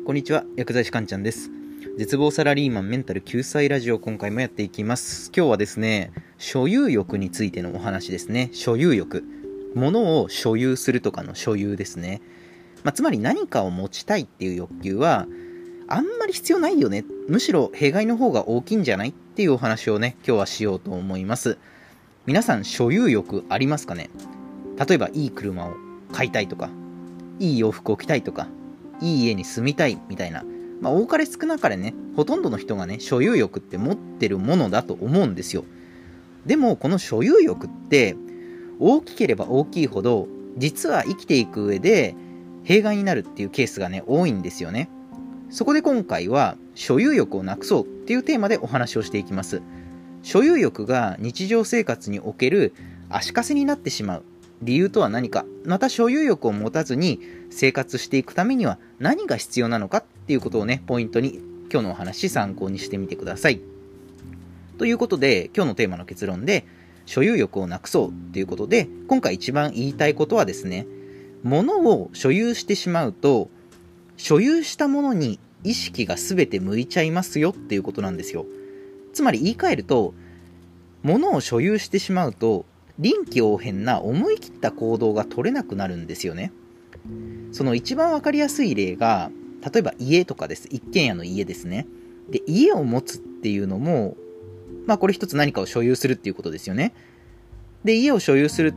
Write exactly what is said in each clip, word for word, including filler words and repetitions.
こんにちは、薬剤師かんちゃんです。絶望サラリーマンメンタル救済ラジオ、今回もやっていきます。今日はですね、所有欲についてのお話ですね。所有欲。物を所有するとかの所有ですね。まあ、つまり何かを持ちたいっていう欲求は、あんまり必要ないよね。むしろ弊害の方が大きいんじゃないっていうお話をね、今日はしようと思います。皆さん、所有欲ありますかね？例えば、いい車を買いたいとか、いい洋服を着たいとか、いい家に住みたいみたいな、まあ、多かれ少なかれね、ほとんどの人がね、所有欲って持ってるものだと思うんですよ。でも、この所有欲って、大きければ大きいほど、実は生きていく上で、弊害になるっていうケースがね、多いんですよね。そこで今回は、所有欲をなくそうっていうテーマでお話をしていきます。所有欲が日常生活における足かせになってしまう理由とは何か、また所有欲を持たずに生活していくためには何が必要なのかっていうことをね、ポイントに今日のお話参考にしてみてください。ということで、今日のテーマの結論で、所有欲をなくそうっていうことで、今回一番言いたいことはですね、物を所有してしまうと、所有したものに意識が全て向いちゃいますよっていうことなんですよ。つまり言い換えると、物を所有してしまうと、臨機応変な思い切った行動が取れなくなるんですよね。その一番わかりやすい例が、例えば家とかです。一軒家の家ですね。で、家を持つっていうのも、まあこれ一つ何かを所有するっていうことですよね。で、家を所有するって、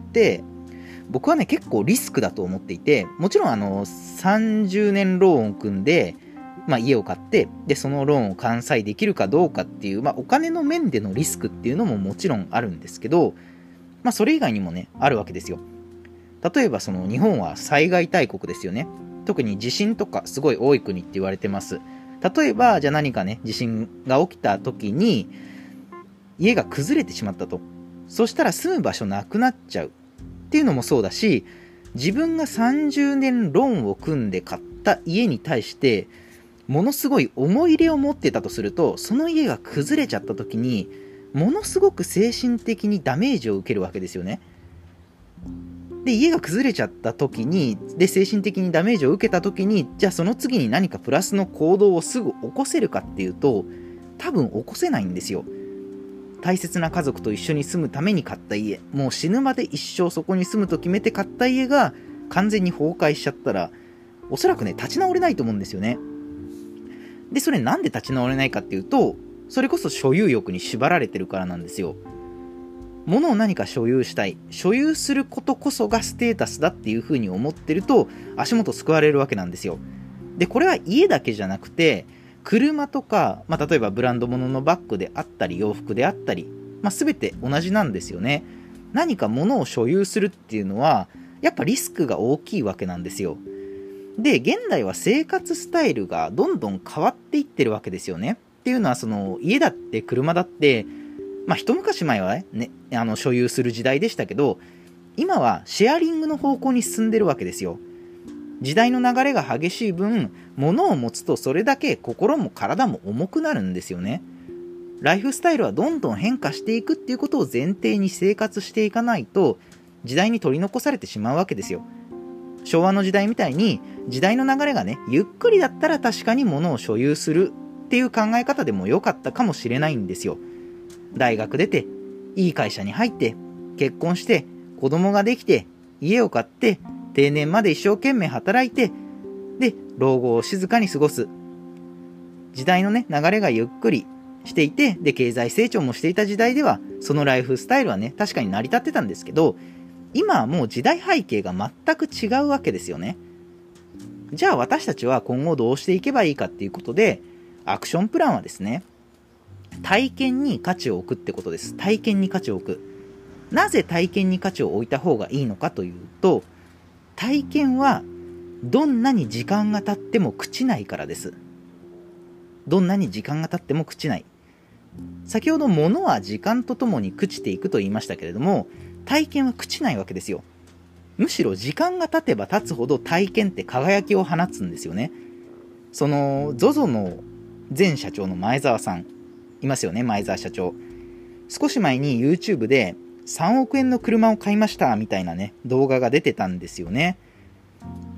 僕はね結構リスクだと思っていて、もちろんあのさんじゅうねんローンを組んで、まあ、家を買って、でそのローンを完済できるかどうかっていう、まあ、お金の面でのリスクっていうのももちろんあるんですけど、まあ、それ以外にもねあるわけですよ。例えばその日本は災害大国ですよね。特に地震とかすごい多い国って言われてます。例えばじゃあ何かね地震が起きた時に家が崩れてしまったと、そしたら住む場所なくなっちゃうっていうのもそうだし、自分がさんじゅうねんローンを組んで買った家に対してものすごい思い入れを持ってたとすると、その家が崩れちゃった時にものすごく精神的にダメージを受けるわけですよね。で、家が崩れちゃった時に、で精神的にダメージを受けた時に、じゃあその次に何かプラスの行動をすぐ起こせるかっていうと、多分起こせないんですよ。大切な家族と一緒に住むために買った家、もう死ぬまで一生そこに住むと決めて買った家が完全に崩壊しちゃったら、おそらくね立ち直れないと思うんですよね。で、それなんで立ち直れないかっていうと、それこそ所有欲に縛られてるからなんですよ。物を何か所有したい、所有することこそがステータスだっていう風に思ってると、足元救われるわけなんですよ。で、これは家だけじゃなくて、車とか、まあ、例えばブランド物のバッグであったり、洋服であったり、まあ、全て同じなんですよね。何か物を所有するっていうのは、やっぱリスクが大きいわけなんですよ。で、現代は生活スタイルがどんどん変わっていってるわけですよね。っていうのは、その家だって車だって、まあ一昔前はね、あの所有する時代でしたけど、今はシェアリングの方向に進んでるわけですよ。時代の流れが激しい分、物を持つとそれだけ心も体も重くなるんですよね。ライフスタイルはどんどん変化していくっていうことを前提に生活していかないと、時代に取り残されてしまうわけですよ。昭和の時代みたいに時代の流れがね、ゆっくりだったら確かに物を所有するっていう考え方でも良かったかもしれないんですよ。大学出て、いい会社に入って、結婚して、子供ができて、家を買って、定年まで一生懸命働いて、で、老後を静かに過ごす。時代のね、流れがゆっくりしていて、で、経済成長もしていた時代では、そのライフスタイルはね、確かに成り立ってたんですけど、今はもう時代背景が全く違うわけですよね。じゃあ私たちは今後どうしていけばいいかっていうことで、アクションプランはですね、体験に価値を置くってことです。体験に価値を置く。なぜ体験に価値を置いた方がいいのかというと、体験はどんなに時間が経っても朽ちないからです。どんなに時間が経っても朽ちない。先ほど物は時間とともに朽ちていくと言いましたけれども、体験は朽ちないわけですよ。むしろ時間が経てば経つほど体験って輝きを放つんですよね。その ゾゾ の前社長の前澤さんいますよね。前澤社長、少し前に YouTube でさんおくえんの車を買いましたみたいなね動画が出てたんですよね。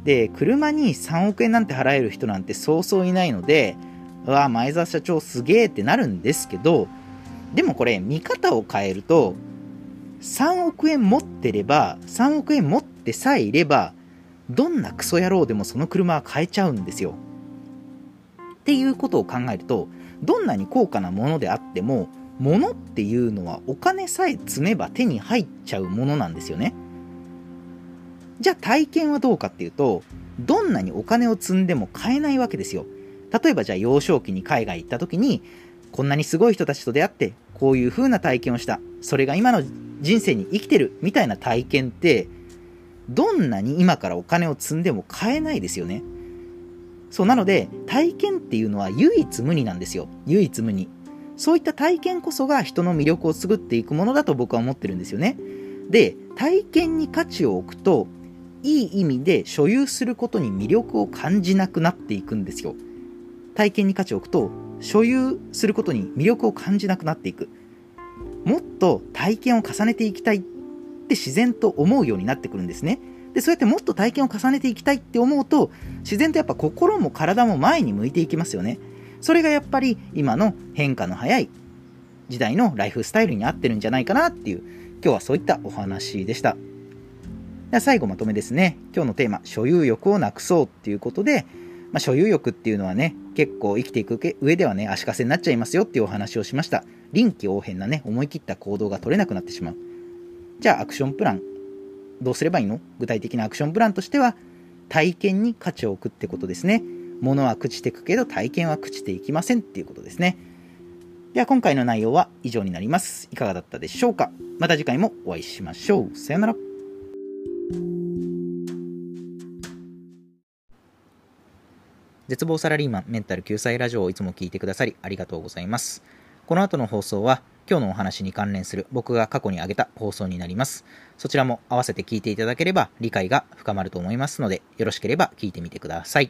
で、車にさんおくえんなんて払える人なんてそうそういないので、うわ、前澤社長すげーってなるんですけど、でもこれ見方を変えると、さんおくえん持ってれば、さんおくえん持ってさえいれば、どんなクソ野郎でもその車は買えちゃうんですよ。っていうことを考えると、どんなに高価なものであっても、物っていうのはお金さえ積めば手に入っちゃうものなんですよね。じゃあ体験はどうかっていうと、どんなにお金を積んでも買えないわけですよ。例えばじゃあ幼少期に海外行った時に、こんなにすごい人たちと出会ってこういう風な体験をした、それが今の人生に生きてるみたいな体験って、どんなに今からお金を積んでも買えないですよね。そうなので、体験っていうのは唯一無二なんですよ。唯一無二。そういった体験こそが人の魅力を作っていくものだと僕は思ってるんですよね。で、体験に価値を置くと、いい意味で所有することに魅力を感じなくなっていくんですよ。体験に価値を置くと、所有することに魅力を感じなくなっていく。もっと体験を重ねていきたいって自然と思うようになってくるんですね。で、そうやってもっと体験を重ねていきたいって思うと、自然とやっぱ心も体も前に向いていきますよね。それがやっぱり今の変化の早い時代のライフスタイルに合ってるんじゃないかなっていう、今日はそういったお話でした。では最後まとめですね。今日のテーマ、所有欲をなくそうっていうことで、まあ、所有欲っていうのはね、結構生きていく上ではね、足かせになっちゃいますよっていうお話をしました。臨機応変なね、思い切った行動が取れなくなってしまう。じゃあアクションプラン、どうすればいいの？具体的なアクションプランとしては、体験に価値を置くってことですね。物は朽ちていくけど体験は朽ちていきませんっていうことですね。では今回の内容は以上になります。いかがだったでしょうか？また次回もお会いしましょう。さよなら。絶望サラリーマンメンタル救済ラジオをいつも聞いてくださりありがとうございます。この後の放送は今日のお話に関連する僕が過去に挙げた放送になります。そちらも合わせて聞いていただければ理解が深まると思いますので、よろしければ聞いてみてください。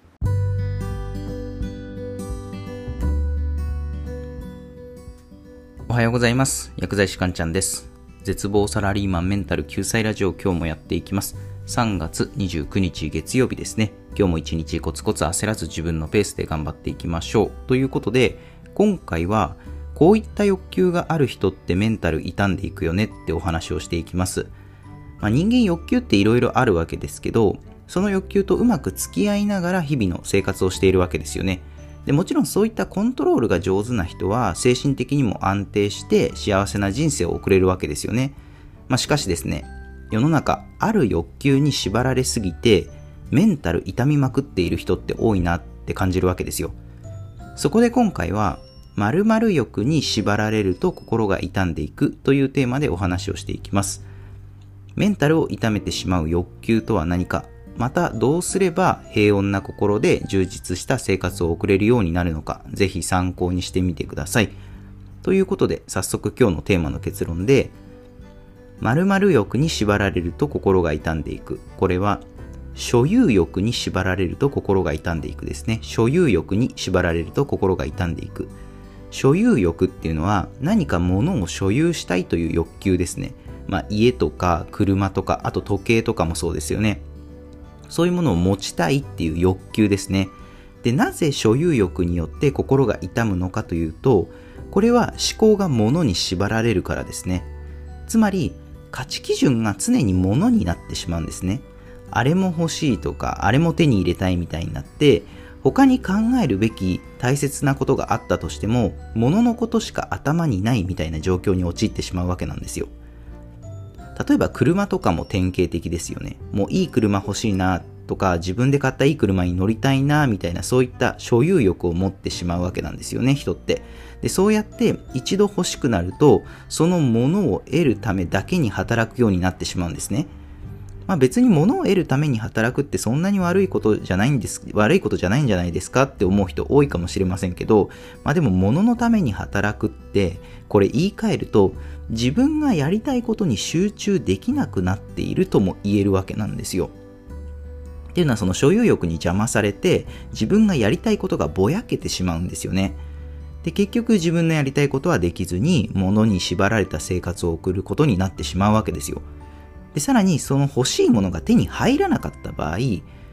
おはようございます。薬剤師かんちゃんです。絶望サラリーマンメンタル救済ラジオ、今日もやっていきます。さんがつにじゅうくにち月曜日ですね。今日も一日コツコツ焦らず自分のペースで頑張っていきましょう。ということで、今回はこういった欲求がある人ってメンタル傷んでいくよねってお話をしていきます。まあ、人間欲求っていろいろあるわけですけど、その欲求とうまく付き合いながら日々の生活をしているわけですよね。でもちろんそういったコントロールが上手な人は精神的にも安定して幸せな人生を送れるわけですよね。まあ、しかしですね、世の中ある欲求に縛られすぎてメンタル痛みまくっている人って多いなって感じるわけですよ。そこで今回は〇〇欲に縛られると心が傷んでいくというテーマでお話をしていきます。メンタルを痛めてしまう欲求とは何か、またどうすれば平穏な心で充実した生活を送れるようになるのか、ぜひ参考にしてみてください。ということで早速今日のテーマの結論で、〇〇欲に縛られると心が傷んでいく。これは所有欲に縛られると心が傷んでいくですね。所有欲に縛られると心が傷んでいく。所有欲っていうのは何か物を所有したいという欲求ですね。まあ家とか車とか、あと時計とかもそうですよね。そういうものを持ちたいっていう欲求ですね。で、なぜ所有欲によって心が痛むのかというと、これは思考が物に縛られるからですね。つまり価値基準が常に物になってしまうんですね。あれも欲しいとか、あれも手に入れたいみたいになって、他に考えるべき大切なことがあったとしても、物のことしか頭にないみたいな状況に陥ってしまうわけなんですよ。例えば車とかも典型的ですよね。もういい車欲しいなとか、自分で買ったいい車に乗りたいなみたいな、そういった所有欲を持ってしまうわけなんですよね、人って。で、そうやって一度欲しくなると、そのものを得るためだけに働くようになってしまうんですね。まあ別に物を得るために働くってそんなに悪いことじゃないんです、悪いことじゃないんじゃないですかって思う人多いかもしれませんけど、まあでも物のために働くって、これ言い換えると、自分がやりたいことに集中できなくなっているとも言えるわけなんですよ。っていうのはその所有欲に邪魔されて、自分がやりたいことがぼやけてしまうんですよね。で、結局自分のやりたいことはできずに、物に縛られた生活を送ることになってしまうわけですよ。で、さらにその欲しいものが手に入らなかった場合、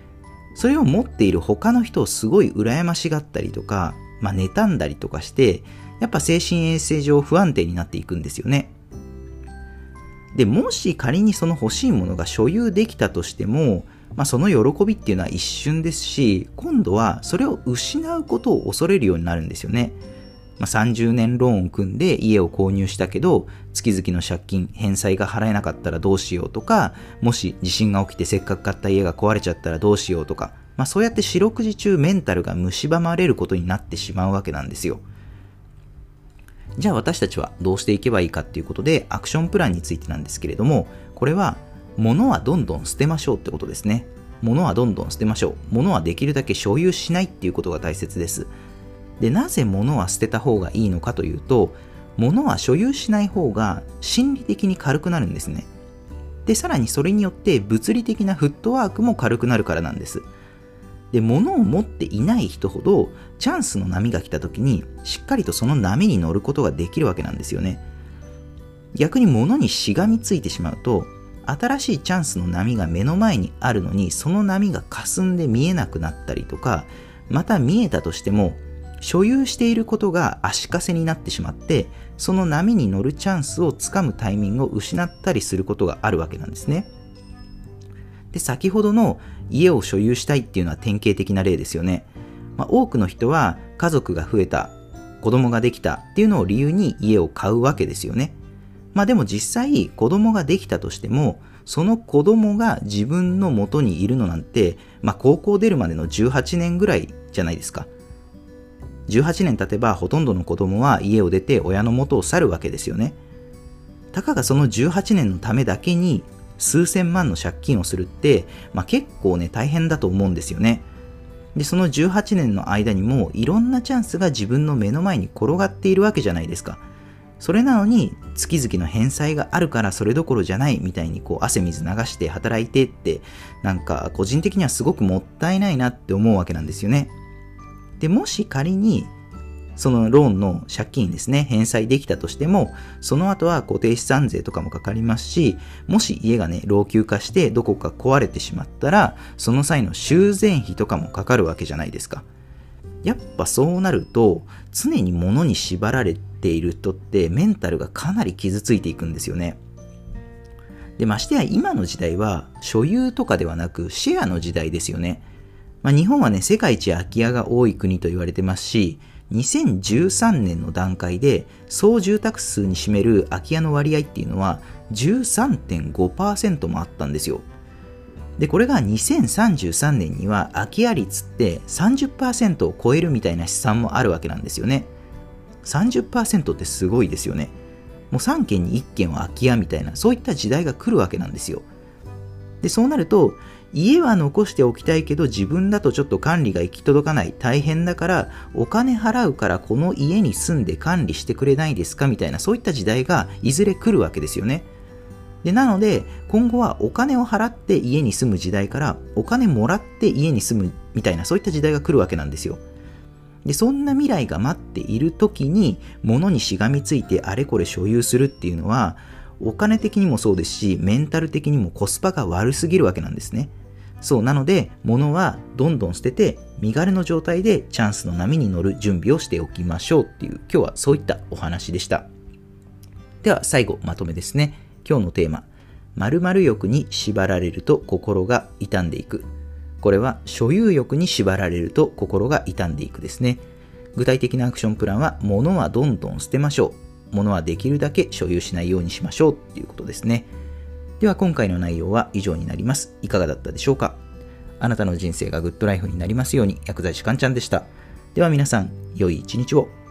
それを持っている他の人をすごい羨ましがったりとか、まあ、妬んだりとかして、やっぱ精神衛生上不安定になっていくんですよね。で、もし仮にその欲しいものが所有できたとしても、まあ、その喜びっていうのは一瞬ですし、今度はそれを失うことを恐れるようになるんですよね。まあ、さんじゅうねんローンを組んで家を購入したけど、月々の借金返済が払えなかったらどうしようとか、もし地震が起きてせっかく買った家が壊れちゃったらどうしようとか、まあ、そうやって四六時中メンタルが蝕まれることになってしまうわけなんですよ。じゃあ私たちはどうしていけばいいかっていうことで、アクションプランについてなんですけれども、これは物はどんどん捨てましょうってことですね。物はどんどん捨てましょう。物はできるだけ所有しないっていうことが大切です。で、なぜ物は捨てた方がいいのかというと、物は所有しない方が心理的に軽くなるんですね。で、さらにそれによって物理的なフットワークも軽くなるからなんです。で、物を持っていない人ほどチャンスの波が来た時にしっかりとその波に乗ることができるわけなんですよね。逆に物にしがみついてしまうと、新しいチャンスの波が目の前にあるのに、その波が霞んで見えなくなったりとか、また見えたとしても所有していることが足かせになってしまって、その波に乗るチャンスをつかむタイミングを失ったりすることがあるわけなんですね。で、先ほどの家を所有したいっていうのは典型的な例ですよね。まあ、多くの人は家族が増えた、子供ができたっていうのを理由に家を買うわけですよね。まあでも実際子供ができたとしても、その子供が自分の元にいるのなんて、まあ高校出るまでのじゅうはちねんぐらいじゃないですか。じゅうはちねん経てばほとんどの子供は家を出て親の元を去るわけですよね。たかがそのじゅうはちねんのためだけに数千万の借金をするって、まあ、結構ね大変だと思うんですよね。で、そのじゅうはちねんの間にもいろんなチャンスが自分の目の前に転がっているわけじゃないですか。それなのに月々の返済があるからそれどころじゃないみたいにこう汗水流して働いてって、なんか個人的にはすごくもったいないなって思うわけなんですよね。で、もし仮にそのローンの借金ですね、返済できたとしても、その後は固定資産税とかもかかりますし、もし家がね老朽化してどこか壊れてしまったら、その際の修繕費とかもかかるわけじゃないですか。やっぱそうなると、常に物に縛られている人ってメンタルがかなり傷ついていくんですよね。で、ましてや今の時代は所有とかではなくシェアの時代ですよね。まあ、日本はね世界一空き家が多い国と言われてますし、にせんじゅうさんねんの段階で総住宅数に占める空き家の割合っていうのは じゅうさんてんごパーセント もあったんですよ。で、これがにせんさんじゅうさんねんには空き家率って さんじゅっパーセント を超えるみたいな試算もあるわけなんですよね。さんじゅっパーセント ってすごいですよね。もうさんけんにいっけんは空き家みたいな、そういった時代が来るわけなんですよ。で、そうなると家は残しておきたいけど自分だとちょっと管理が行き届かない、大変だからお金払うからこの家に住んで管理してくれないですかみたいな、そういった時代がいずれ来るわけですよね。で、なので今後はお金を払って家に住む時代からお金もらって家に住むみたいな、そういった時代が来るわけなんですよ。で、そんな未来が待っている時に物にしがみついてあれこれ所有するっていうのは、お金的にもそうですしメンタル的にもコスパが悪すぎるわけなんですね。そう、なので物はどんどん捨てて身軽の状態でチャンスの波に乗る準備をしておきましょうっていう、今日はそういったお話でした。では最後まとめですね。今日のテーマ、〇〇欲に縛られると心が傷んでいく。これは所有欲に縛られると心が傷んでいくですね。具体的なアクションプランは、物はどんどん捨てましょう。物はできるだけ所有しないようにしましょうっていうことですね。では今回の内容は以上になります。いかがだったでしょうか。あなたの人生がグッドライフになりますように、薬剤師かんちゃんでした。では皆さん、良い一日を。